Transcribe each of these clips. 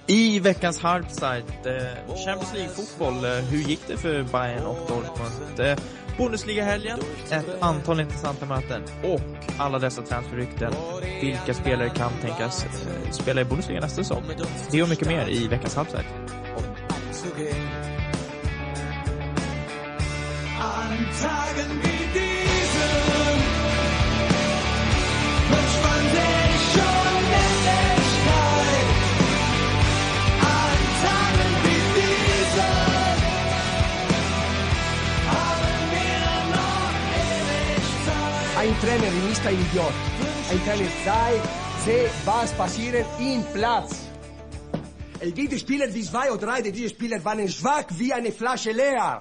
I veckans halvside, Champions League-fotboll, hur gick det för Bayern och Dortmund? Bundesliga-helgen, ett antal intressanta möten och alla dessa transferrykten. Vilka spelare kan tänkas spela i Bundesliga nästa säsong? Det och mycket mer i veckans halvside. Ein Trainer ist ein Idiot. Ein Trainer zeigt, was passiert im Platz. Es gibt Spieler wie 2 oder 3, diese Spieler waren schwach wie eine Flasche leer.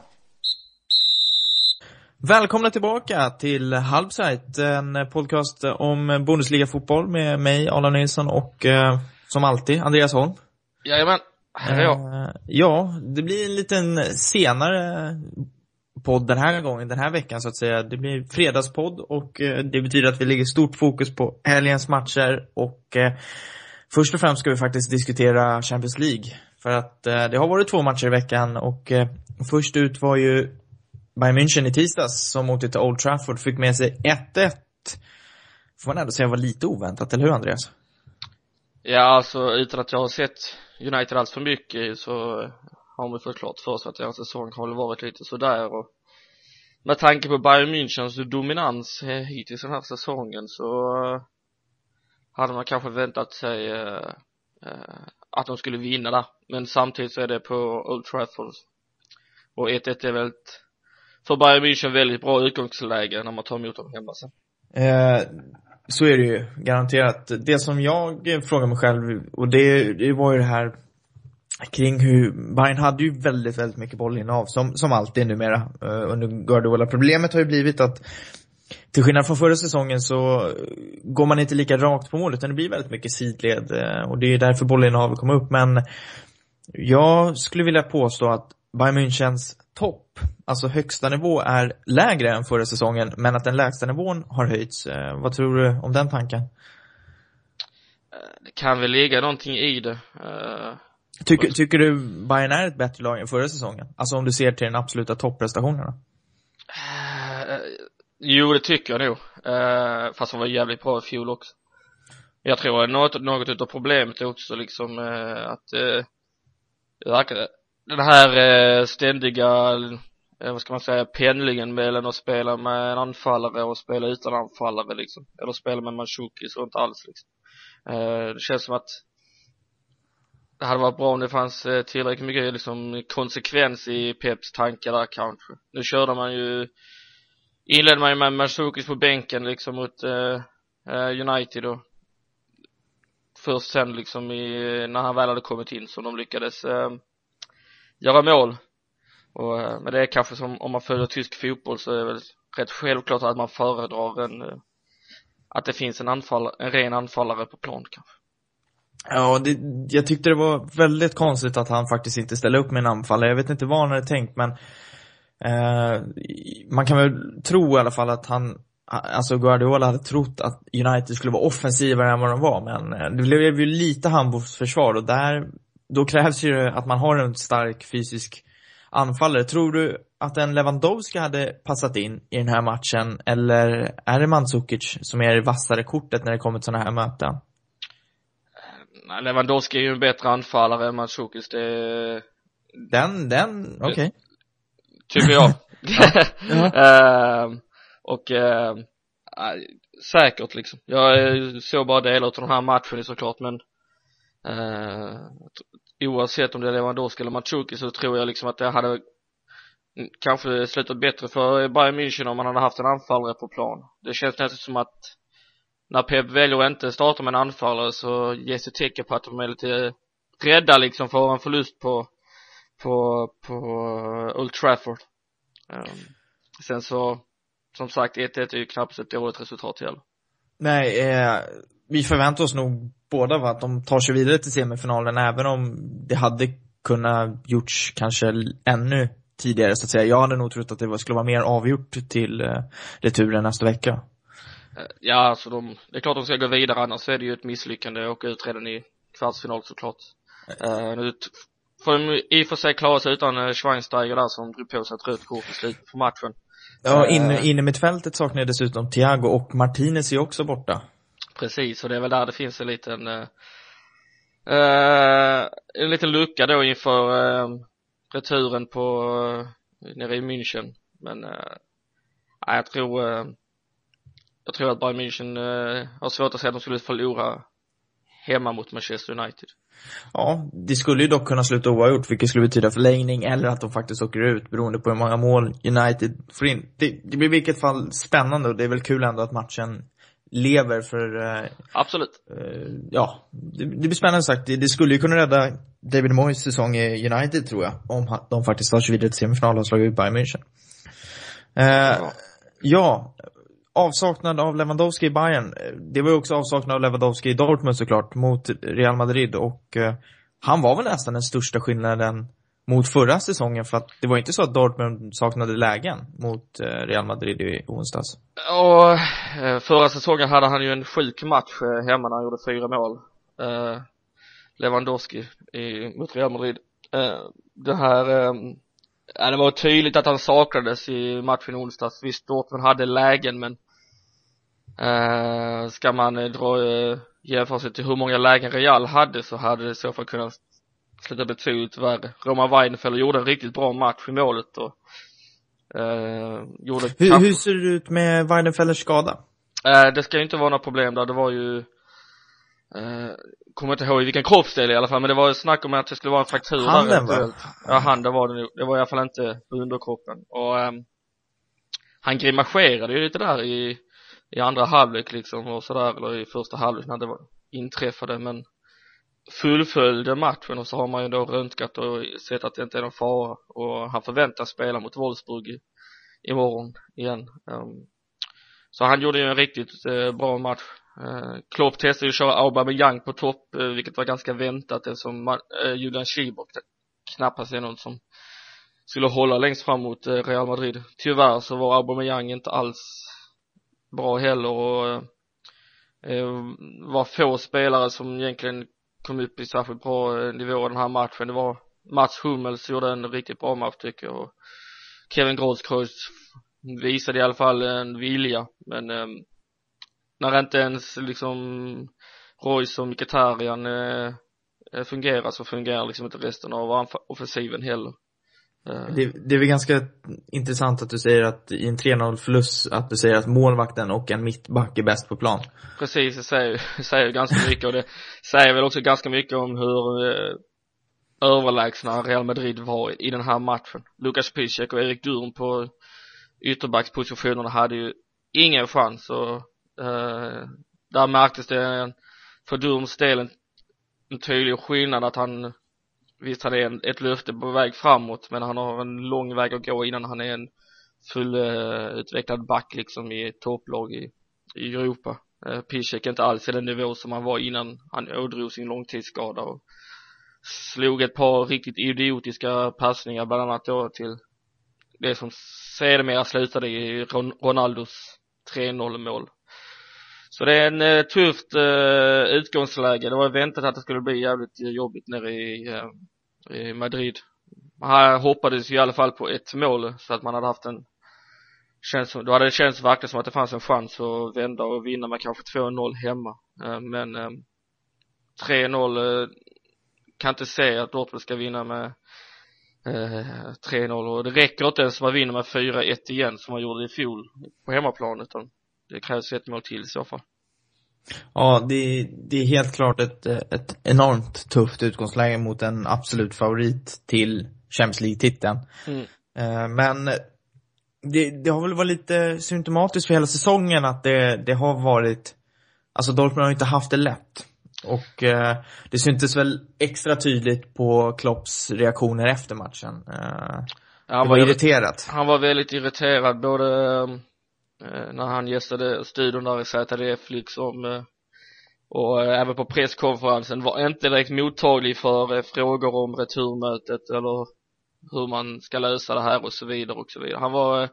Välkomna tillbaka till Halbside, en podcast om Bundesliga-fotboll med mig, Alan Nilsson, och som alltid, Andreas Holm. Jajamän, här är jag. Ja, det blir en liten senare podd den här gången, den här veckan så att säga. Det blir fredagspodd och det betyder att vi lägger stort fokus på helgens matcher och först och främst ska vi faktiskt diskutera Champions League. För att det har varit 2 matcher i veckan och först ut var ju Bayern München i tisdags som åkte till Old Trafford, fick med sig 1-1. Får man ändå säga var lite oväntat, eller hur Andreas? Ja, alltså utan att jag har sett United alls för mycket så har man fått klart för sig att deras säsong har varit lite sådär, och med tanke på Bayern Münchens dominans hittills den här säsongen så hade man kanske väntat sig att de skulle vinna där. Men samtidigt så är det på Old Trafford och 1-1 är väl för Bayern München väldigt bra utgångsläge när man tar emot dem hemma sen. Så är det ju, garanterat. Det som jag frågar mig själv, och det var ju det här kring hur Bayern hade ju väldigt, väldigt mycket bollinnehav som alltid numera under Guardiola. Problemet har ju blivit att till skillnad från förra säsongen så går man inte lika rakt på målet utan det blir väldigt mycket sidled och det är därför bollinnehavet kommer upp. Men jag skulle vilja påstå att Bayern Münchens topp, alltså högsta nivå, är lägre än förra säsongen, men att den lägsta nivån har höjts. Vad tror du om den tanken? Det kan väl ligga någonting i det. Tycker du Bayern är ett bättre lag än förra säsongen? Alltså om du ser till den absoluta topprestationerna. Jo, det tycker jag nog. Fast det var jävligt bra i fjol också. Jag tror något utav problemet är också liksom att den här ständiga vad ska man säga, pendlingen mellan att spela med en anfallare och spela utan anfallare liksom. Eller spela med Mandzukic och inte alls liksom. Det känns som att det hade varit bra om det fanns tillräckligt mycket liksom konsekvens i Peps tankar där kanske. Nu inledde man ju med Mandzukic på bänken liksom mot United, och först sen liksom när han väl hade kommit in så de lyckades göra mål. Men det är kanske som om man följer tysk fotboll så är det väl rätt självklart att man föredrar att det finns en ren anfallare på plan kanske. Ja, jag tyckte det var väldigt konstigt att han faktiskt inte ställde upp med en anfallare. Jag vet inte vad han hade tänkt, men man kan väl tro i alla fall att alltså Guardiola hade trott att United skulle vara offensivare än vad de var, men det blev ju lite handbollsförsvar och då krävs ju att man har en stark fysisk anfallare. Tror du att en Lewandowski hade passat in i den här matchen, eller är det Mandzukic som är det vassare kortet när det kommer till sådana här möten? Nej, Lewandowski är ju en bättre anfallare än Mandzukic. Okej. Tycker jag. Säkert liksom. Jag såg bara delar av den här matchen såklart, men oavsett om det är Lewandowski eller Mandzukic så tror jag liksom att det hade kanske slutat bättre för Bayern München om man hade haft en anfallare på plan. Det känns nästan som att när Pep väljer att inte starta med en anfallare så ges det tecken på att de är lite rädda liksom för en förlust på Old Trafford. Sen så, som sagt, 1-1 är ju knappt ett dåligt resultat heller. Nej, vi förväntar oss nog båda att de tar sig vidare till semifinalen, även om det hade kunnat gjorts kanske ännu tidigare så att säga. Jag hade nog trott att det skulle vara mer avgjort till returen nästa vecka. Ja, alltså det är klart de ska gå vidare, annars är det ju ett misslyckande att åka ut redan i kvartsfinal såklart. Nu får de i och för sig klara sig utan Schweinsteiger där som drog på sig ett rött kort i slutet på matchen. Ja, inne mitt fältet saknar jag dessutom Thiago, och Martinez är också borta. Precis, och det är väl där det finns en liten lucka då inför returen på nere i München. Men jag tror att Bayern München har svårt att säga att de skulle förlora hemma mot Manchester United. Ja, det skulle ju dock kunna sluta oavgjort, vilket skulle betyda förlängning eller att de faktiskt åker ut beroende på hur många mål United får in. Det blir i vilket fall spännande, och det är väl kul ändå att matchen lever för... Absolut. Ja, det blir spännande sagt. Det skulle ju kunna rädda David Moyes säsong i United, tror jag, om de faktiskt tar sig vidare till semifinal och slagit ut Bayern München. Ja, avsaknad av Lewandowski i Bayern. Det var ju också avsaknad av Lewandowski i Dortmund såklart mot Real Madrid, och han var väl nästan den största skillnaden mot förra säsongen, för att det var inte så att Dortmund saknade lägen mot Real Madrid i onsdags. Och förra säsongen hade han ju en sjuk match hemma när han gjorde 4 mål. Lewandowski mot Real Madrid. Det var tydligt att han saknades i matchen i onsdags. Visst, Dortmund hade lägen, men ska man dra jämförelse till hur många lägen Real hade, så hade det i så fall kunnat sluta betydligt värre. Roman Weidenfeller gjorde en riktigt bra match i målet och gjorde... Hur ser det ut med Weidenfellers skada? Det ska ju inte vara några problem där. Det var ju kommer inte ihåg i vilken kroppsdel i alla fall, men det var ju snack om att det skulle vara en fraktur. Handen, va? Ja, handen var det nu. Det var i alla fall inte på underkroppen. Och han grimaserade ju lite där i andra halvlek liksom, och sådär, eller i första halvlek när det inträffade, men fullföljde matchen, och så har man ju då röntgat och sett att det inte är någon fara, och han förväntas spela mot Wolfsburg imorgon igen. Så han gjorde ju en riktigt bra match. Klopp testade ju att köra Aubameyang på topp, vilket var ganska väntat, eftersom Julian Schieber knappast är någon som skulle hålla längst fram mot Real Madrid. Tyvärr så var Aubameyang inte alls bra heller, och var få spelare som egentligen kom upp i särskilt bra nivå den här matchen. Det var Mats Hummels gjorde en riktigt bra match tycker jag, och Kevin Großkreuz visade i alla fall en vilja, men när inte ens liksom Royce och Mkhitaryan fungerar, så fungerar liksom inte resten av offensiven heller. Det är väl ganska intressant att du säger att i en 3-0 förlust att du säger att målvakten och en mittback är bäst på plan. Precis, det säger ganska mycket, och det säger väl också ganska mycket om hur överlägsna Real Madrid var i den här matchen. Lukas Piszczek och Erik Durm på ytterbackspositionerna hade ju ingen chans, och där märktes det för Durms del en tydlig skillnad, att han visst hade ett löfte på väg framåt, men han har en lång väg att gå innan han är en fullutvecklad back liksom i ett topplag i Europa. Piszczek inte alls i den nivå som han var innan han ådrog sin långtidsskada, och slog ett par riktigt idiotiska passningar, bland annat då till det som sedermera slutade i Ronaldos 3-0 mål. Så det är en tufft utgångsläge. Det var väntat att det skulle bli jävligt jobbigt nere i Madrid. Här hoppades i alla fall på ett mål, så att man hade haft då hade det känts verkligen som att det fanns en chans att vända och vinna med kanske 2-0 hemma. Men 3-0 kan inte säga att Dortmund ska vinna med 3-0, och det räcker inte ens som att vinna med 4-1 igen som man gjorde i fjol på hemmaplan, utan det krävs ett mål till i så fall. Ja, det är helt klart ett enormt tufft utgångsläge mot en absolut favorit till Champions League-titeln. Men det har väl varit lite symptomatiskt för hela säsongen att det har varit, alltså Dortmund har inte haft det lätt. Och det syntes väl extra tydligt på Klopps reaktioner efter matchen. Han var irriterad. Han var väldigt irriterad, både när han gästade studion där i ZDF liksom, och även på presskonferensen var inte direkt mottaglig för frågor om returmötet eller hur man ska lösa det här och så vidare och så vidare. Han var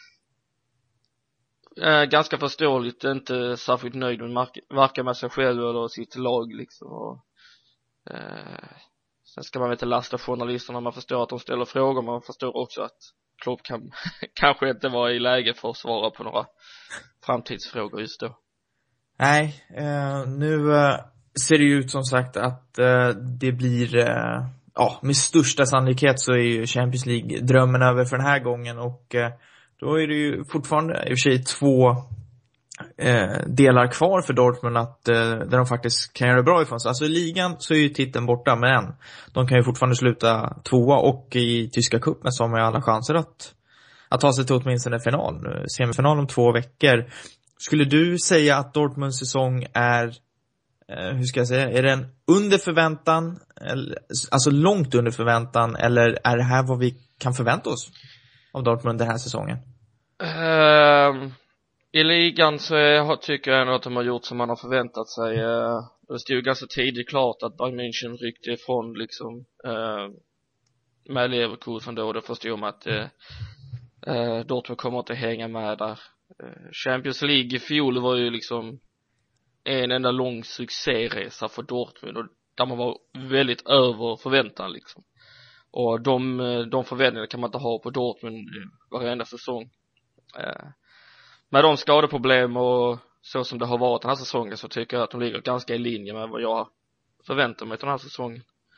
ganska förståeligt inte särskilt nöjd med varken med sig själv eller sitt lag liksom, och Sen ska man inte lasta journalisterna, man förstår att de ställer frågor, man förstår också att Klopp kanske inte var i läge för att svara på några framtidsfrågor just då. Nej, nu ser det ut som sagt att det blir, med största sannolikhet så är ju Champions League drömmen över för den här gången, och då är det ju fortfarande i och för sig 2 delar kvar för Dortmund där de faktiskt kan göra bra ifrån sig. Alltså i ligan så är ju titeln borta, men de kan ju fortfarande sluta 2:a, och i tyska cupen så har man ju alla chanser att ta sig till åtminstone semifinal om 2 veckor. Skulle du säga att Dortmunds säsong är, hur ska jag säga, är den under förväntan, alltså långt under förväntan, eller är det här vad vi kan förvänta oss av Dortmund den här säsongen? I ligan så tycker jag ändå att de har gjort som man har förväntat sig. Det stod ju ganska tidigt klart att Bayern München ryckte ifrån liksom med Leverkusen då. Det förstod man att Dortmund kommer inte hänga med där. Champions League i fjol var ju liksom en enda lång succéresa för Dortmund, och där man var väldigt över förväntan liksom. Och de förväntningarna kan man inte ha på Dortmund varenda säsong. Med de skadeproblem och så som det har varit den här säsongen, så tycker jag att de ligger ganska i linje med vad jag förväntar mig den här säsongen.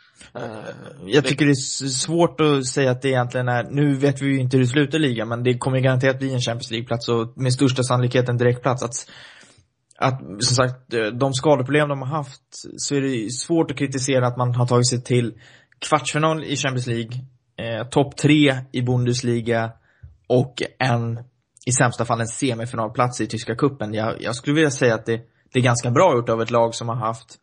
Jag tycker det är svårt att säga att det egentligen är, nu vet vi ju inte hur det slutar ligan, men det kommer garanterat bli en Champions League-plats, och med största sannolikhet en direktplats. Att som sagt, de skadeproblem de har haft, så är det svårt att kritisera att man har tagit sig till kvartsfinal i Champions League, topp 3 i Bundesliga och i sämsta fall en semifinalplats i tyska kuppen. Jag skulle vilja säga att det är ganska bra gjort av ett lag som har haft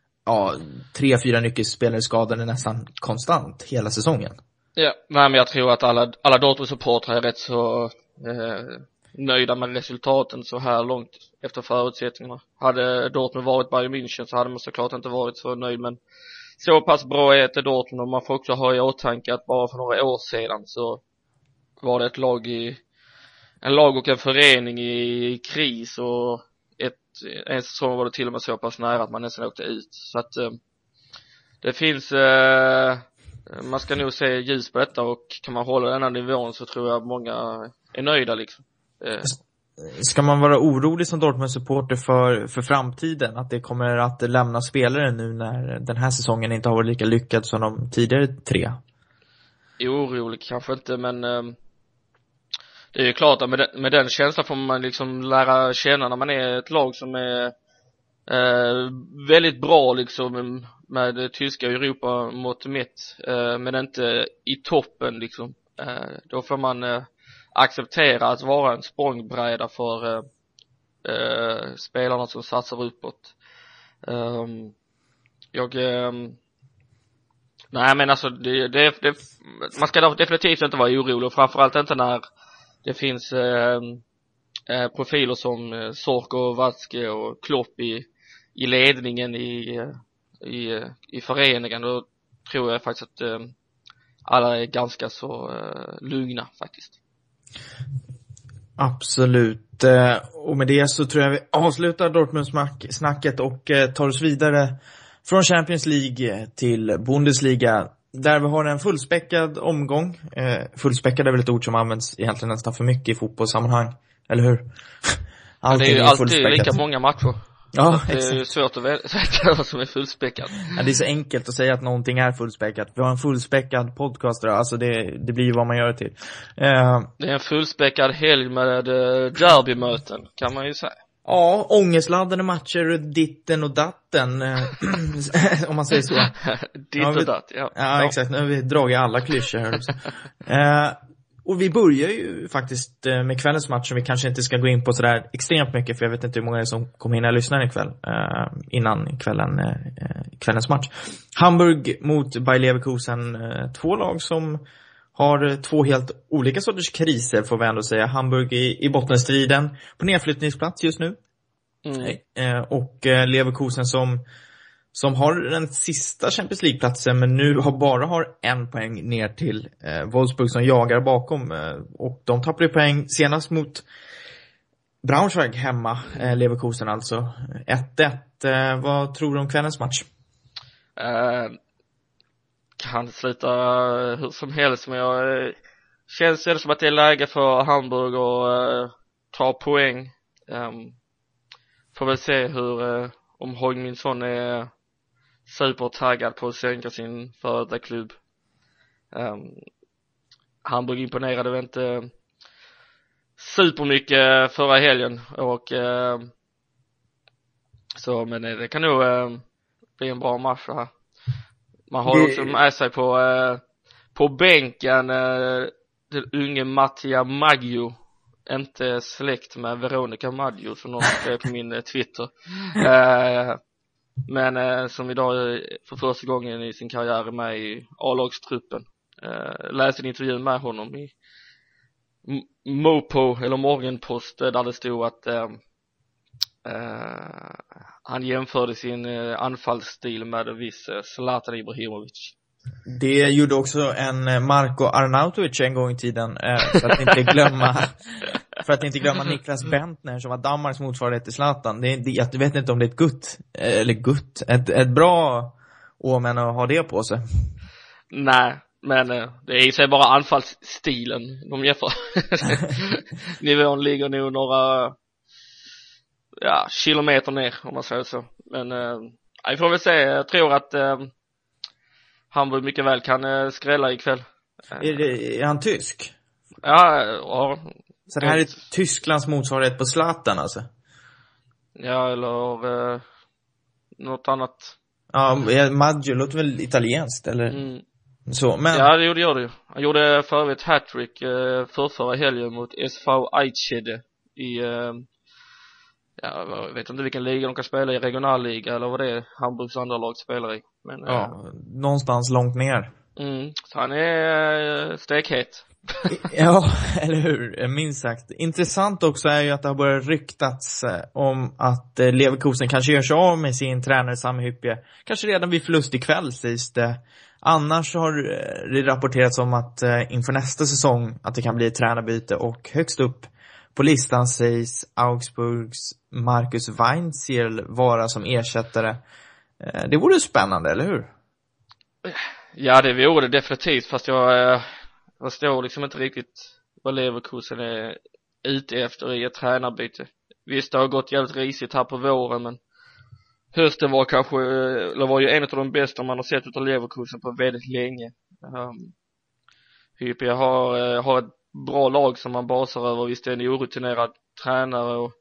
3-4 nyckelspelare skadade nästan konstant hela säsongen. Ja, nej, men jag tror att alla Dortmund-supportrar är rätt så nöjda med resultaten så här långt efter förutsättningarna. Hade Dortmund varit Bayern München så hade man såklart inte varit så nöjd, men så pass bra är det Dortmund, och man får också ha i åtanke att bara för några år sedan så var det en lag och en förening i kris, och en säsong var det till och med så pass nära att man nästan åkte ut. Så att det finns man ska nog se ljus på detta, och kan man hålla den här nivån så tror jag många är nöjda liksom. Ska man vara orolig som Dortmund-supporter för framtiden, att det kommer att lämna spelare nu när den här säsongen inte har varit lika lyckad som de tidigare 3? Orolig kanske inte, men det är ju klart att med den känslan får man liksom lära känna när man är ett lag som är väldigt bra liksom med det tyska Europa mot mitt, men inte i toppen liksom. Då får man acceptera att vara en språngbräda för spelarna som satsar uppåt. Nej, men alltså man ska definitivt inte vara orolig, och framförallt inte när det finns profiler som Sorko och Watzke och Klopp i ledningen i föreningen. Då tror jag faktiskt att alla är ganska så lugna faktiskt. Absolut. Och med det så tror jag vi avslutar Dortmund-snacket och tar oss vidare från Champions League till Bundesliga, där vi har en fullspäckad omgång. Fullspäckad är väl ett ord som används egentligen nästan för mycket i fotbollssammanhang, eller hur? Ja, det är ju alltid lika många matcher. Ja, det är ju svårt att veta vad som är fullspäckat. Ja, det är så enkelt att säga att någonting är fullspäckat. Vi har en fullspäckad podcast, alltså det blir ju vad man gör det till. Det är en fullspäckad helg med derbymöten, kan man ju säga. Ja, ångestladdade matcher, ditten och datten, om man säger så. Ditt och datt, ja. Ja, exakt. Nu har vi dragit alla klyschor här. Och vi börjar ju faktiskt med kvällens match, som vi kanske inte ska gå in på sådär extremt mycket, för jag vet inte hur många som kommer hinna lyssna ikväll, innan kvällens match. Hamburg mot Bayer Leverkusen, 2 lag som har 2 helt olika sorters kriser, får vi ändå säga. Hamburg i bottenstriden på nedflyttningsplats just nu. Och Leverkusen som har den sista Champions League-platsen, men nu bara har 1 poäng ner till Wolfsburg som jagar bakom. Och de tappade poäng senast mot Braunschweig hemma, Leverkusen alltså. 1-1. Vad tror du om kvällens match? kan sluta hur som helst, men jag känns det som att det är läge för Hamburg att ta poäng. Får väl se hur om Hojminsson är supertaggad på att sänka sin företagarklubb. Hamburg imponerade väl inte supermycket förra helgen, och så, men det kan nog bli en bra match här. Man har också med sig på bänken den unge Mattia Maggio, inte släkt med Veronica Maggio som någon skrev på min Twitter, men som idag för första gången i sin karriär är med i A-lagstruppen. Läste en intervju med honom i Mopo eller Morgenpost, där det stod att han jämförde sin anfallsstil med en viss Zlatan Ibrahimovic. Det gjorde också en Marko Arnautovic en gång i tiden, för att inte glömma Niklas Bentner som var Danmarks motsvarighet till Zlatan. Jag vet inte om det är ett bra åmen att ha det på sig. Nej, men det är i sig bara anfallsstilen de jämför. Nivån ligger nog några kilometer ner, om man säger så. Men jag får väl se. Jag tror att Hamburg mycket väl kan skrälla ikväll. Är han tysk? Ja. Så det här är Tysklands motsvarighet på Zlatan alltså? Ja, eller något annat. Ja, Maggio låter väl italienskt, eller? Så, men... Ja, det gjorde det. Han gjorde för övrigt hattrick förra helgen mot SV Eichede i jag vet inte vilken liga de kan spela i, regionalliga eller vad det är Hamburgs andra lag spelar i, men någonstans långt ner. Så han är stekhet. Ja, eller hur, minst sagt. Intressant också är ju att det har börjat ryktats om att Leverkusen kanske gör sig av med sin tränare Sami Hyppie. Kanske redan vid förlust ikväll, sägs det. Annars har det rapporterats om att inför nästa säsong att det kan bli ett tränarbyte, och högst upp på listan sägs Augsburgs Markus Weinzierl vara som ersättare. Det vore spännande, eller hur? Ja, det vore det definitivt, fast jag förstår liksom inte riktigt vad Leverkusen är ute efter i ett tränarbyte. Visst, det har gått jävligt risigt här på våren, men hösten var ju en av de bästa man har sett utav Leverkusen på väldigt länge. Hyppie har ett bra lag som man basar över. Visst är en orutinerad tränare, och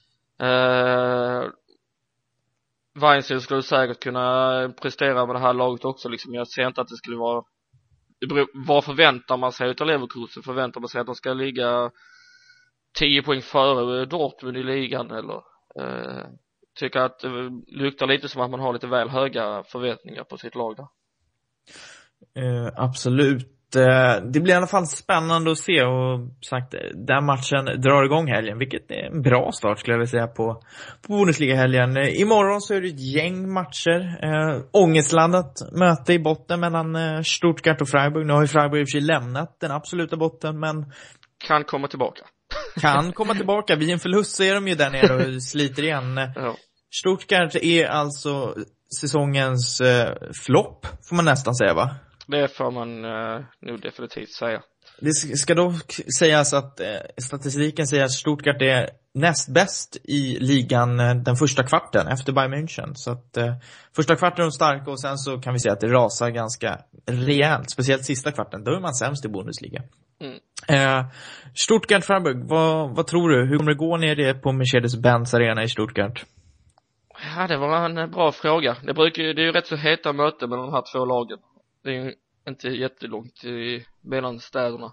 Weinzierl skulle säkert kunna prestera med det här laget också liksom. Jag ser inte att det skulle vara, vad förväntar man sig utav Leverkusen? Förväntar man sig att de ska ligga 10 poäng före Dortmund i ligan, eller tycker att det luktar lite som att man har lite väl höga förväntningar på sitt lag där? Absolut. Det blir i alla fall spännande att se, och sagt, den matchen drar igång helgen, vilket är en bra start skulle jag vilja säga på Bundesliga-helgen. Imorgon så är det ett gäng matcher, ångestladdat möte i botten mellan Stuttgart och Freiburg. Nu har ju Freiburg i och för sig lämnat den absoluta botten, men kan komma tillbaka. Vid en förlust så är de ju där nere och sliter igen. Ja. Stuttgart är alltså säsongens flopp, får man nästan säga, va? Det får man nog definitivt säga. Det ska dock sägas att statistiken säger att Stuttgart är näst bäst i ligan den första kvarten efter Bayern München. Så att första kvarten är de starka, och sen så kan vi säga att det rasar ganska rejält. Speciellt sista kvarten, då är man sämst i Bundesliga. Stuttgart-Freiburg, vad tror du? Hur kommer det gå ner på Mercedes-Benz Arena i Stuttgart? Ja, det var en bra fråga. Det är ju rätt så heta möten med de här två lagen. Det är ju inte jättelångt mellan städerna.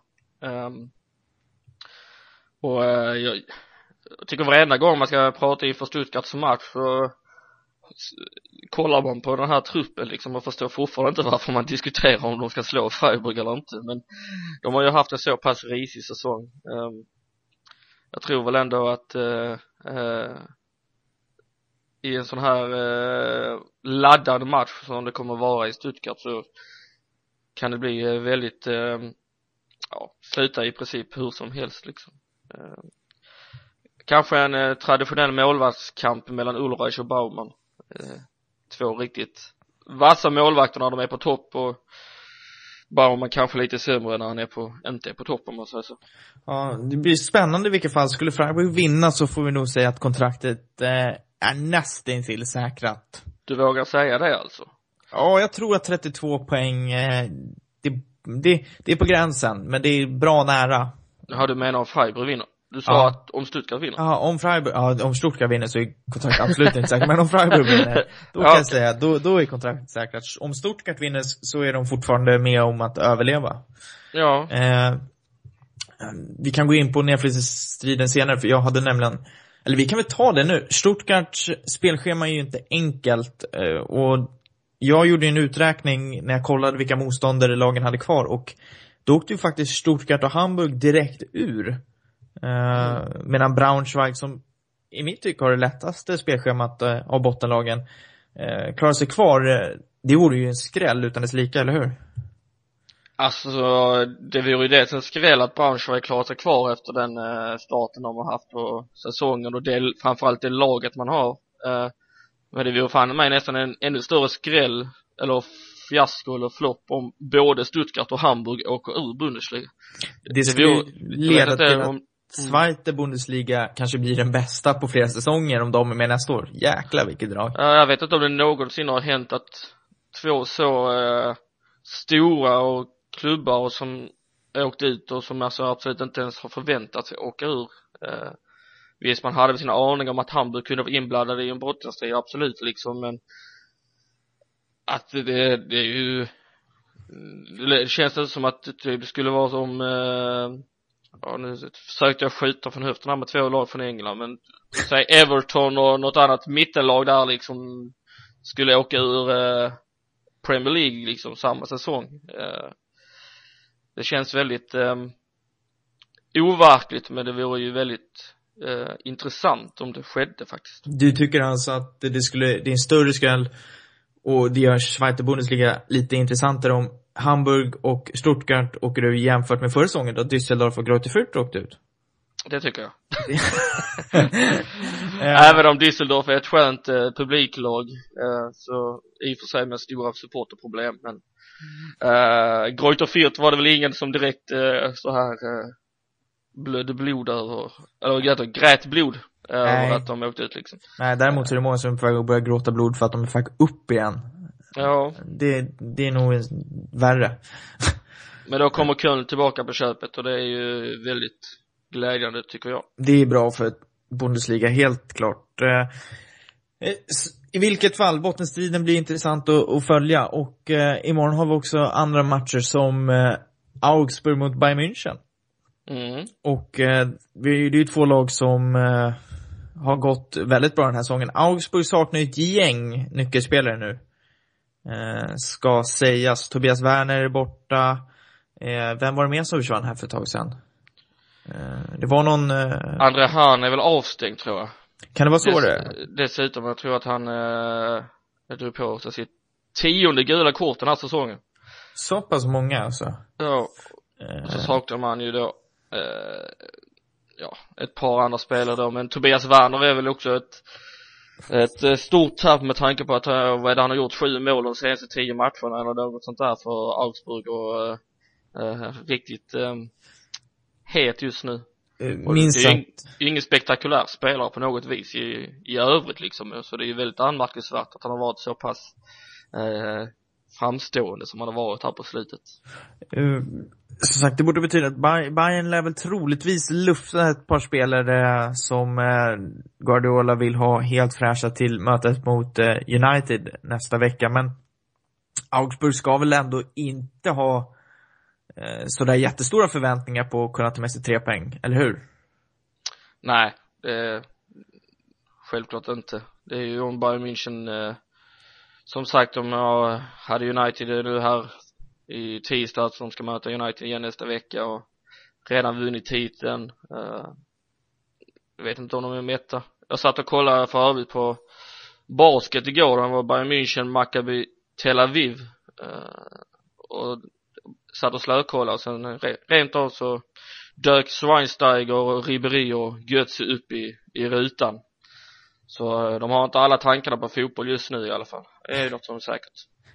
Och jag tycker varenda gång man ska prata inför Stuttgarts match så kollar man på den här truppen liksom, och förstår fortfarande inte varför man diskuterar om de ska slå Freiburg eller inte. Men de har ju haft en så pass risig säsong. Jag tror väl ändå att i en sån här laddad match som det kommer vara i Stuttgart så kan det bli väldigt sluta i princip hur som helst liksom. Kanske en traditionell målvaktskamp mellan Ulreich och Baumann. Två riktigt vassa målvakter när de är på topp, och bara om man kanske lite sämre när han inte är på topp, om man säger så. Ja, det blir spännande i vilket fall. Skulle Freiburg vinna så får vi nog säga att kontraktet är nästintill säkrat. Du vågar säga det alltså? Ja, jag tror att 32 poäng, det är på gränsen, men det är bra nära. Ja, du menar om Freiburg vinner? Du sa att om Stuttgart vinner? Ja, om Stuttgart vinner så är kontraktet absolut inte säkert. Men om Freiburg vinner, då kan jag säga, då är kontraktet säkrat. Om Stuttgart vinner så är de fortfarande med om att överleva. Ja. Vi kan gå in på nedflyttningsstriden senare, för jag hade nämligen, eller vi kan väl ta det nu. Stuttgarts spelschema är ju inte enkelt, och jag gjorde en uträkning när jag kollade vilka motståndare lagen hade kvar, och då åkte ju faktiskt Stuttgart och Hamburg direkt ur. Medan Braunschweig, som i mitt tycke har det lättaste spelschemat av bottenlagen, klarar sig kvar. Det vore ju en skräll utan dess lika, eller hur? Alltså, det vore ju det en skräll att Braunschweig klarar sig kvar efter den starten de har haft på säsongen, och det, framförallt det laget man har. Men det vore fan mig nästan en ännu större skräll, eller fiasko eller flopp, om både Stuttgart och Hamburg åker ur Bundesliga. Det skulle leda till att Zweite Bundesliga kanske blir den bästa på flera säsonger om de är med nästa år. Jäklar vilket drag. Jag vet inte om det någonsin har hänt att två så stora och klubbar och som åkt ut och som alltså absolut inte ens har förväntat sig åka ur. Visst, man hade sina aningar om att Hamburg kunde vara inblandade i en bottenstrid, absolut liksom, men att det är ju, det känns inte som att det skulle vara som nu försökte jag skjuta från höften här med två lag från England, men säg Everton och något annat mittenlag där liksom skulle åka ur Premier League liksom samma säsong. Det känns väldigt overkligt, men det vore ju väldigt intressant om det skedde faktiskt. Du tycker alltså att det är en större skräll, och det gör Zweite Bundesliga lite intressantare om Hamburg och Stuttgart åker ur jämfört med förra säsongen då Düsseldorf och Greuther Fürth åkte ut? Det tycker jag. Även om Düsseldorf är ett skönt publiklag, så i och för sig med stora supporterproblem, men Greuther Fürth var det väl ingen som direkt så här blödde blod över, eller grät blod över att de åkte ut liksom. Nej, däremot så är det många som är på väg att börja gråta blod för att de är faktiskt upp igen. Ja. Det är nog värre. Men då kommer Köln tillbaka på köpet, och det är ju väldigt glädjande tycker jag. Det är bra för Bundesliga, helt klart. I vilket fall, bottenstriden blir intressant att följa, och imorgon har vi också andra matcher som Augsburg mot Bayern München. Och det är ju två lag som har gått väldigt bra den här säsongen. Augsburg saknar ett gäng nyckelspelare nu, ska sägas. Tobias Werner är borta. Vem var det med som försvann här för ett tag sedan? Det var någon André Hahn är väl avstängd, tror jag. Kan det vara så det? Dessutom, jag tror att han drog på sig sitt 10:e gula kort den här säsongen. Så pass många alltså. Ja. Och så saknar man ju då ett par andra spelare då, men Tobias Werner är väl också ett stort tapp med tanke på att han har gjort 7 mål de senaste 10 matcherna eller något sånt där för Augsburg, och riktigt het just nu. Minst det är ju ingen spektakulär spelare på något vis i övrigt liksom, så det är ju väldigt anmärkningsvärt att han har varit så pass framstående som han har varit här på slutet. Som sagt, det borde betyda att Bayern lär väl troligtvis lufta ett par spelare som Guardiola vill ha helt fräscha till mötet mot United nästa vecka. Men Augsburg ska väl ändå inte ha sådär jättestora förväntningar på att kunna ta med sig 3 poäng, eller hur? Nej, självklart inte. Det är ju om Bayern München, som sagt, de hade United nu här i tisdag som ska möta United igen nästa vecka och redan vunnit titeln. Jag vet inte om de är mätta. Jag satt och kollade för övrigt på basket igår. Det var Bayern München, Maccabi Tel Aviv, och satt och slökollade, och sen rent av så dök Schweinsteiger och Ribéry och Götze upp i rutan. Så de har inte alla tankarna på fotboll just nu i alla fall. Det är något som är säkert.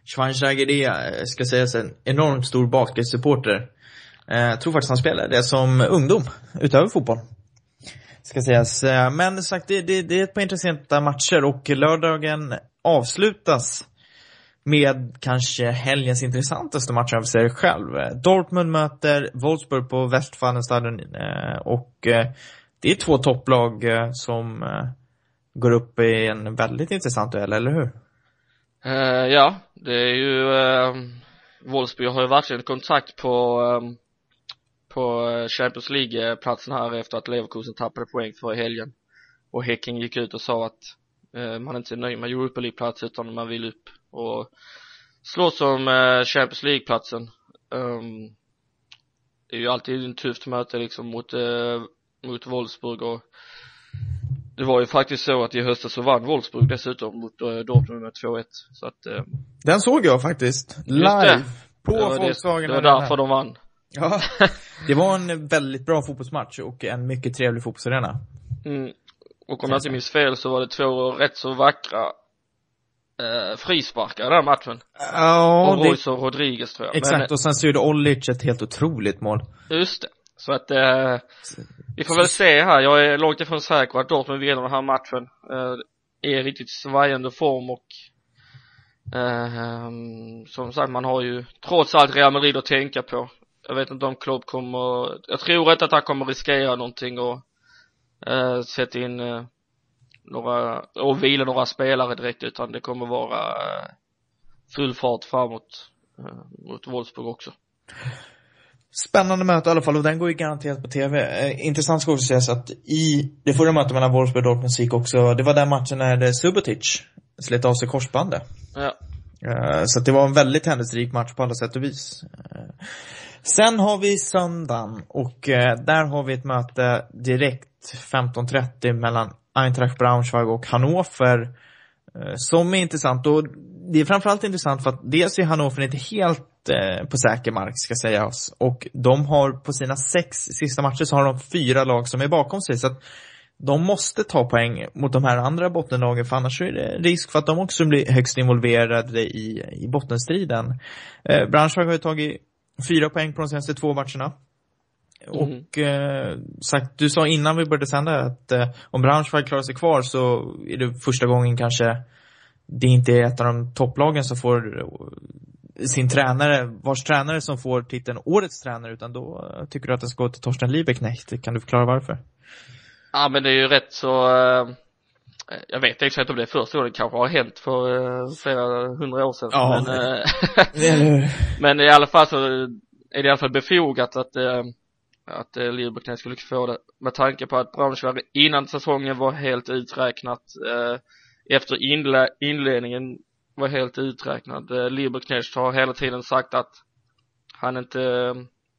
Schweinsteiger är, ska sägas, en enormt stor basketsupporter. Jag tror faktiskt han spelar det som ungdom, utöver fotboll. Ska sägas. Men sagt, det är ett par intressanta matcher och lördagen avslutas med kanske helgens intressantaste match av sig själv. Dortmund möter Wolfsburg på Westfalenstadion och det är 2 topplag som går upp i en väldigt intressant duell, eller hur? Ja, det är ju Wolfsburg har ju verkligen kontakt på Champions League-platsen här efter att Leverkusen tappade poäng för helgen. Och Häcken gick ut och sa att man inte är nöjd med Europa League-plats utan man vill upp och slåss om Champions League-platsen. Det är ju alltid en tufft möte liksom mot Wolfsburg, och det var ju faktiskt så att i höstas så vann Wolfsburg dessutom mot Dortmund med 2-1. Så att den såg jag faktiskt live på Volkswagen. Det var därför de vann. Ja, det var en väldigt bra fotbollsmatch och en mycket trevlig fotbollsarena. Och om jag inte minns fel så var det 2 rätt så vackra frisparkar i den matchen. Ja, och Royce och Rodriguez, tror jag. Exakt, men, och sen så gjorde Olic ett helt otroligt mål. Just det. Så att vi får väl se här. Jag är långt ifrån säker att Dortmund vinner den här matchen. Är riktigt svajande form och som sagt, man har ju trots allt Real Madrid att tänka på. Jag vet inte om Klopp kommer, jag tror inte att han kommer riskera någonting och sätta in några och vila några spelare direkt, utan det kommer vara full fart framåt mot Wolfsburg också. Spännande möte i alla fall, och den går ju garanterat på tv. Intressant ska också sägas att i det förra mötet mellan Wolfsburg och Dortmund gick också, det var den matchen när Subotic slet av sig korsbandet. Ja. Så det var en väldigt händelserik match på alla sätt och vis. Sen har vi söndagen och där har vi ett möte direkt 15:30 mellan Eintracht Braunschweig och Hannover som är intressant, och det är framförallt intressant för att dels är Hannover inte helt på säker mark, ska sägas, och de har på sina 6 sista matcher så har de 4 lag som är bakom sig, så att de måste ta poäng mot de här andra bottenlagen, för annars är det risk för att de också blir högst involverade i bottenstriden. Braunschweig har ju tagit 4 poäng på de senaste 2 matcherna. Och sagt, du sa innan vi började sända att om Braunschweig klarar sig kvar så är det första gången kanske det inte är ett av de topplagen som får sin tränare, vars tränare som får titeln årets tränare, utan då tycker du att den ska gå till Torsten Lieberknecht. Kan du förklara varför? Ja, men det är ju rätt så jag vet exakt om det är första gången, det kanske har hänt för flera 100 år sedan. Ja, men i alla fall så är det i alla fall befogat att Lieberknecht skulle få det, med tanke på att Braunschweig innan säsongen var helt uträknat, efter inledningen var helt uträknad. Lieberknecht har hela tiden sagt att han inte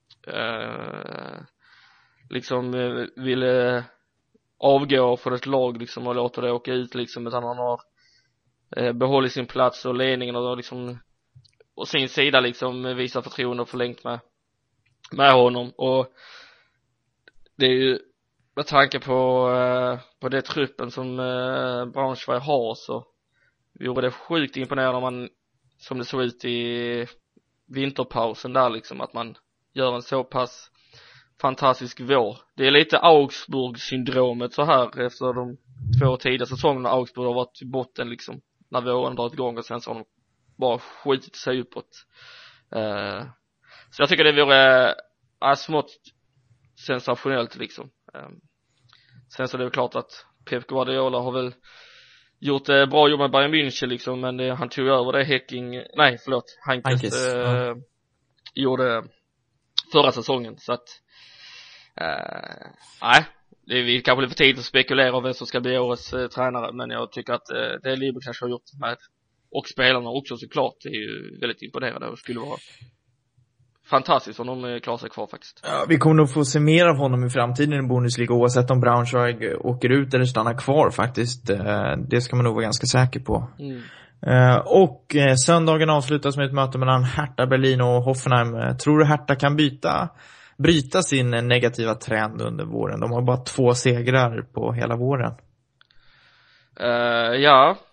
liksom ville avgå för ett lag liksom och låta det åka ut liksom, utan han har behållit sin plats och ledningen och liksom och sin sida liksom visar förtroende och förlängt med honom. Och det är ju med tanke på det truppen som Braunschweig har, så vore det sjukt imponerande om man, som det såg ut i vinterpausen där liksom, att man gör en så pass fantastisk vår. Det är lite Augsburg-syndromet så här efter de 2 tidiga säsongerna. Augsburg har varit i botten liksom när våren drar igång, och sen så har de bara skitit sig uppåt. Så jag tycker det vore smått sensationellt liksom. Sen så är det klart att Pep Guardiola har väl gjort bra jobb med Bayern München liksom, men han tog över det Heinkes gjorde förra säsongen, så att nej, det är kanske lite för tidigt att spekulera om vem som ska bli årets tränare, men jag tycker att det Lieberknecht har gjort med, och spelarna också såklart, det är ju väldigt imponerande och skulle vara fantastiskt om de klarar sig kvar faktiskt. Ja, vi kommer nog få se mer av honom i framtiden i Bundesliga, oavsett om Braunschweig åker ut eller stannar kvar faktiskt. Det ska man nog vara ganska säker på. Och söndagen avslutas med ett möte mellan Hertha Berlin och Hoffenheim. Tror du Hertha kan bryta sin negativa trend under våren? De har bara 2 segrar på hela våren. Ja,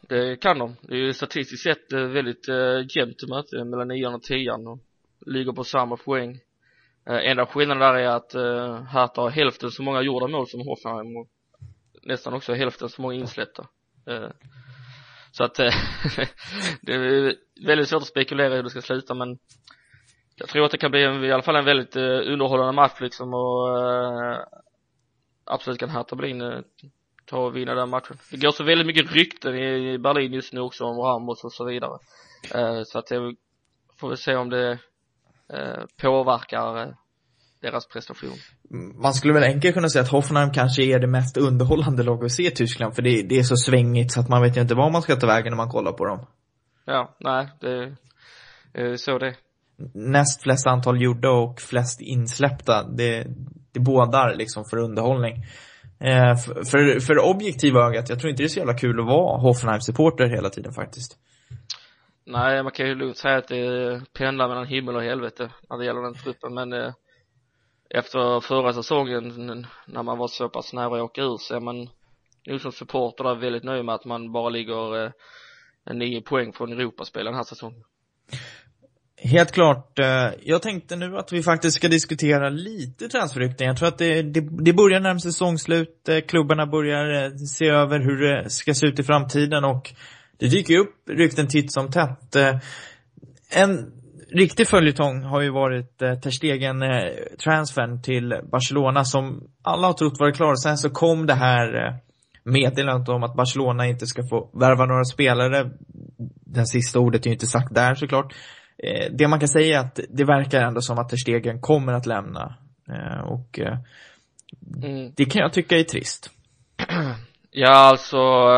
det kan de. Det är ju statistiskt sett väldigt jämnt möte mellan 9 och 10 och ligger på samma poäng. Enda skillnaden där är att Hertha har hälften så många gjorda mål som Hoffenheim och nästan också hälften så många insläppta. Så att det är väldigt svårt att spekulera hur det ska sluta, men jag tror att det kan bli i alla fall en väldigt underhållande match liksom, och absolut kan Hertha Berlin ta och vinna den matchen. Det går så väldigt mycket rykten i Berlin just nu också om Ramos och så vidare. Så att det får vi se om det påverkar deras prestation. Man skulle väl enkelt kunna säga att Hoffenheim kanske är det mest underhållande lag att se i Tyskland, för det är så svängigt så att man vet ju inte vad man ska ta vägen när man kollar på dem. Ja, nej, det är så det. Näst flest antal gjorda och flest insläppta, det bådar liksom för underhållning. För objektiva ögat, jag tror inte det är så jävla kul att vara Hoffenheim-supporter hela tiden faktiskt. Nej, man kan ju lugnt säga att det pendlar mellan himmel och helvete när det gäller den truppen, men efter förra säsongen när man var så pass nära att åka ur, så är man nu som supporter där väldigt nöjd med att man bara ligger 9 poäng från Europaspel den här säsongen. Helt klart. Jag tänkte nu att vi faktiskt ska diskutera lite transferrykten. Jag tror att det börjar närma säsongslut. Klubbarna börjar se över hur det ska se ut i framtiden, och det dyker upp rykten titt som tätt. En riktig följetong har ju varit Ter Stegen transfern till Barcelona, som alla har trott var klar. Sen så kom det här meddelandet om att Barcelona inte ska få värva några spelare. Den sista ordet är ju inte sagt där såklart. Det man kan säga är att det verkar ändå som att Ter Stegen kommer att lämna. Och det kan jag tycka är trist. Ja, alltså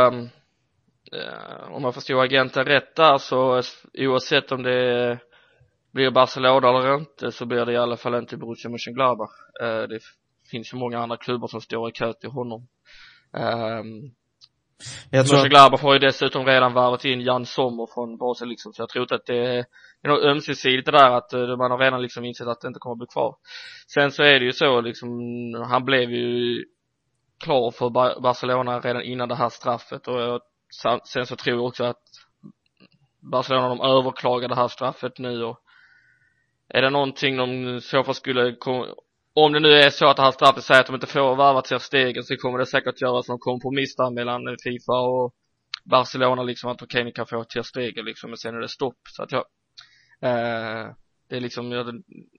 om man förstår agenten rätt där, så oavsett om det blir Barcelona eller inte, så blir det i alla fall inte Borussia Mönchengladbach. Det finns ju många andra klubbar som står i kö till honom. Mönchengladbach har ju dessutom redan värvat in Jan Sommer från Basel liksom, så jag tror att det är något ömsesidigt det där, att man har redan liksom insett att det inte kommer att bli kvar. Sen så är det ju så liksom, han blev ju klar för Barcelona redan innan det här straffet, och sen så tror jag också att Barcelona, de överklagar det här straffet nu, och är det någonting de så fall skulle om det nu är så att det här straffet säger att de inte får värva till stegen, så kommer det säkert göras någon kompromiss där mellan FIFA och Barcelona liksom, att okej, ni kan få till stegen liksom, men sen är det stopp. Så att det är liksom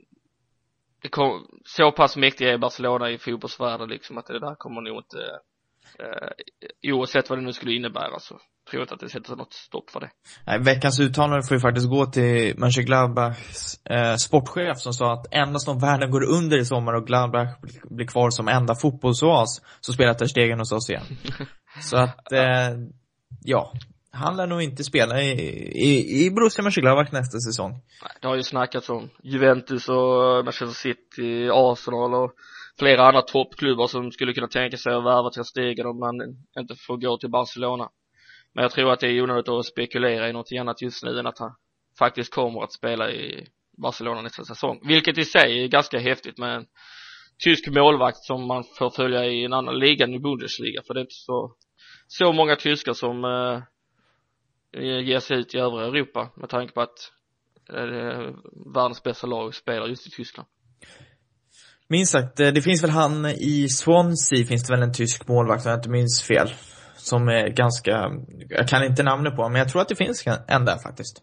så pass mäktiga är Barcelona i fotbollsvärlden liksom, att det där kommer nog inte oavsett vad det nu skulle innebära, så tror jag att det sätter något stopp för det. Nej, veckans uttalande får ju faktiskt gå till Mönchengladbachs sportchef, som sa att endast om världen går under i sommar och Gladbach blir kvar som enda fotbollsoas, så spelar Ter Stegen hos oss igen. Så att han lär nog inte spela i Borussia Mönchengladbach nästa säsong. Nej, det har ju snackats om Juventus och Manchester City, Arsenal och flera andra toppklubbar som skulle kunna tänka sig att värva Ter Stegen om man inte får gå till Barcelona. Men jag tror att det är onödigt att spekulera i något annat just nu än att han faktiskt kommer att spela i Barcelona nästa säsong. Vilket i sig är ganska häftigt med en tysk målvakt som man får följa i en annan liga än i Bundesliga. För det är inte så många tyskar som ger sig ut i övriga Europa, med tanke på att världens bästa lag spelar just i Tyskland. Minst sagt, det finns väl han i Swansea, finns det väl en tysk målvakt om jag inte minns fel, som är ganska, jag kan inte namnet på, men jag tror att det finns en där faktiskt.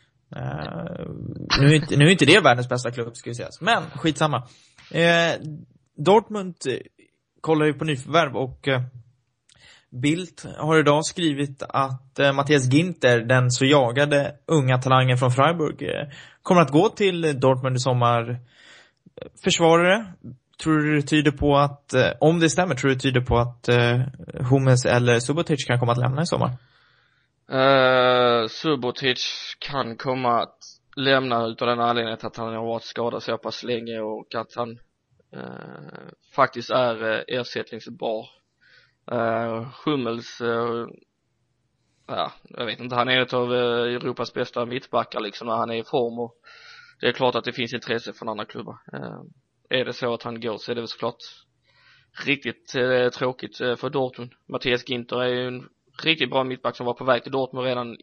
Nu är inte det världens bästa klubb, ska vi säga. Men skitsamma. Dortmund kollar ju på nyförvärv, och Bild har idag skrivit att Matthias Ginter, den så jagade unga talangen från Freiburg, kommer att gå till Dortmund i sommar. Försvarare, tror du det tyder på att, om det stämmer, tror du det tyder på att Hummels eller Subotic kan komma att lämna i sommar? Subotic kan komma att lämna utav den anledningen att han har varit skadad så pass länge, och att han faktiskt är ersättningsbar. Hummels, jag vet inte, han är ett av Europas bästa mittbackar liksom, när han är i form, och det är klart att det finns intresse från andra klubbar. Är det så att han går, så är det väl såklart riktigt tråkigt för Dortmund. Matthias Ginter är ju en riktigt bra mittback som var på väg till Dortmund redan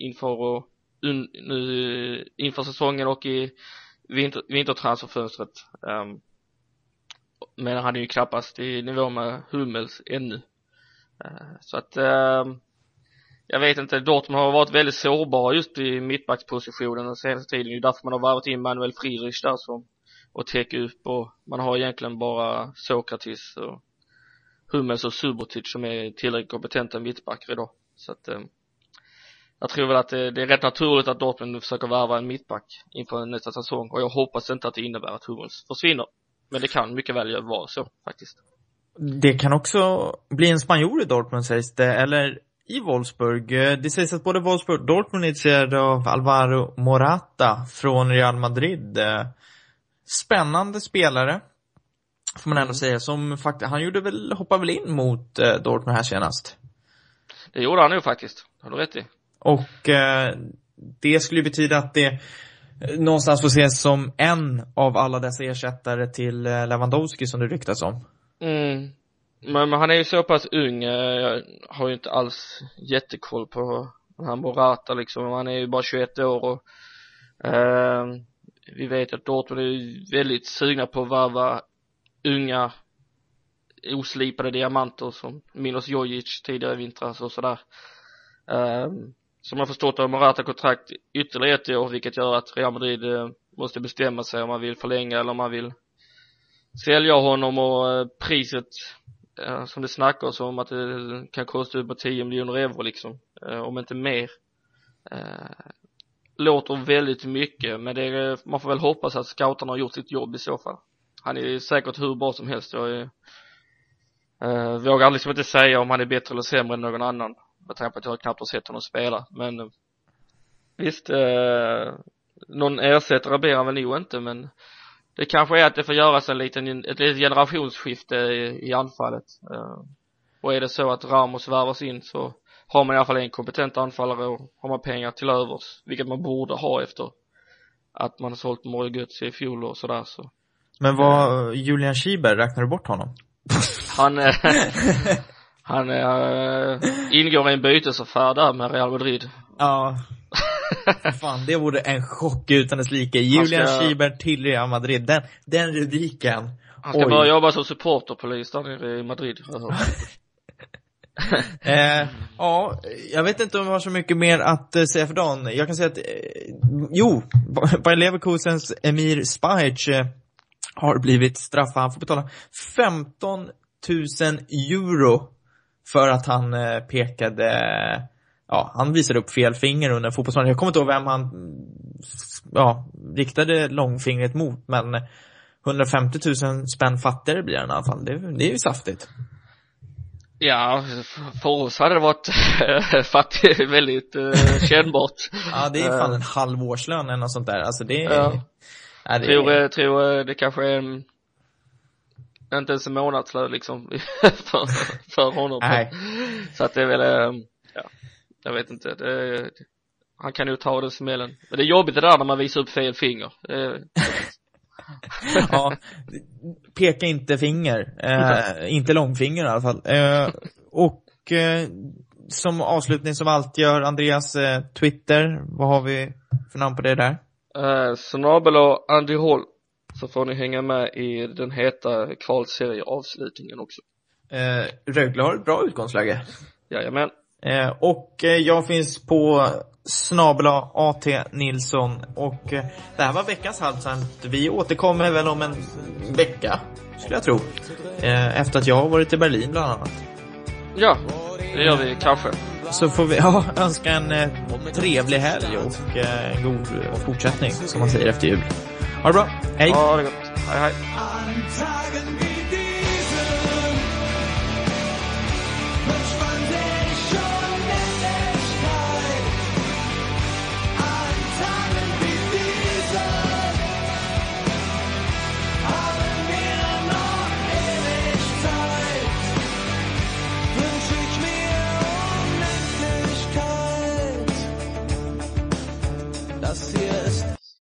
inför säsongen och i vintertransferfönstret. Men han är ju knappast i nivå med Hummels ännu. Så att jag vet inte, Dortmund har varit väldigt sårbara just i mittbackspositionen den senaste tiden. Det är därför man har varvat in Manuel Friedrich där och täcka upp, och man har egentligen bara Sokratis och Hummels och Subotic som är tillräckligt kompetenta mittbackar idag. Så att jag tror väl att det är rätt naturligt att Dortmund nu försöker värva en mittback inför nästa säsong, och jag hoppas inte att det innebär att Hummels försvinner. Men det kan mycket väl vara så faktiskt. Det kan också bli en spanjor i Dortmund, sägs det, eller i Wolfsburg. Det sägs att både Wolfsburg och Dortmund är intresserade av Alvaro Morata från Real Madrid. Spännande spelare, får man ändå säga, som faktiskt, han hoppade väl in mot Dortmund här senast. Det gjorde han ju faktiskt, har du rätt i. Och det skulle betyda att det någonstans får ses som en av alla dessa ersättare till Lewandowski som det ryktas om. Men han är ju så pass ung. Jag har ju inte alls jättekoll på den här Morata liksom. Han är ju bara 21 år och vi vet att Dortmund är väldigt sugna på att varva unga oslipade diamanter som Milos Jojic tidigare i vintras och sådär. Som har förstått av Morata kontrakt ytterligare ett år, vilket gör att Real Madrid måste bestämma sig om man vill förlänga eller om man vill sälja honom, och priset som det snackas om att det kan kosta upp på 10 miljoner euro liksom, om inte mer. Låter väldigt mycket, men man får väl hoppas att scouterna har gjort sitt jobb i så fall. Han är säkert hur bra som helst. Jag vågar liksom inte säga om han är bättre eller sämre än någon annan, med tanke på att jag knappt har sett honom spela. Men visst, någon ersättare blir han väl nog inte, men det kanske är att det får göras ett litet generationsskifte i anfallet. Och är det så att Ramos värvas in, så har man i alla fall en kompetent anfallare, och har man pengar till övers, vilket man borde ha efter att man har sålt Mario Götze i fjol och sådär. Så. Men vad Julian Schieber, räknar du bort honom? Han ingår i en bytesaffär där med Real Madrid. Ja. Fan, det vore en chock utan dess like. Julian Schieber till Real Madrid. Den rubriken. Han ska börja jobba som supporterpolis där nere i Madrid. Ja, jag vet inte om vi har så mycket mer att säga för dagen. Jag kan säga att Bayer Leverkusens Emir Spahic har blivit straffad. Han får betala 15 000 euro för att han han visade upp fel finger under fotbollsmatchen. Jag kommer inte ihåg vem han riktade långfingret mot, men 150 000 spänn fattigare blir han i alla fall. Det är ju saftigt. Ja, för oss hade det varit väldigt kännbart. Ja, det är fan en halvårslön eller något sånt där. Alltså det tror det kanske är inte ens en månadslön liksom för honom. Nej. Så att det är väl jag vet inte. Han kan ju ta den smällen. Men det är jobbigt det där när man visar upp fel finger. Ja, peka inte finger. Inte långfinger i alla fall. Som avslutning som alltid gör Andreas Twitter. Vad har vi för namn på det där? Snabel-a Andy Hall. Så får ni hänga med i den heta kvalserieavslutningen också. Rögle har ett bra utgångsläge. Jajamän. Och jag finns på snabel-a AT Nilsson. Och det här var veckans halvsant. Vi återkommer väl om en vecka, skulle jag tro. Efter att jag har varit i Berlin bland annat. Ja, det gör vi kanske. Så får vi önska en trevlig helg och en god fortsättning, som man säger efter jul. Ha det bra, hej! Ja, det är gott. Hej hej.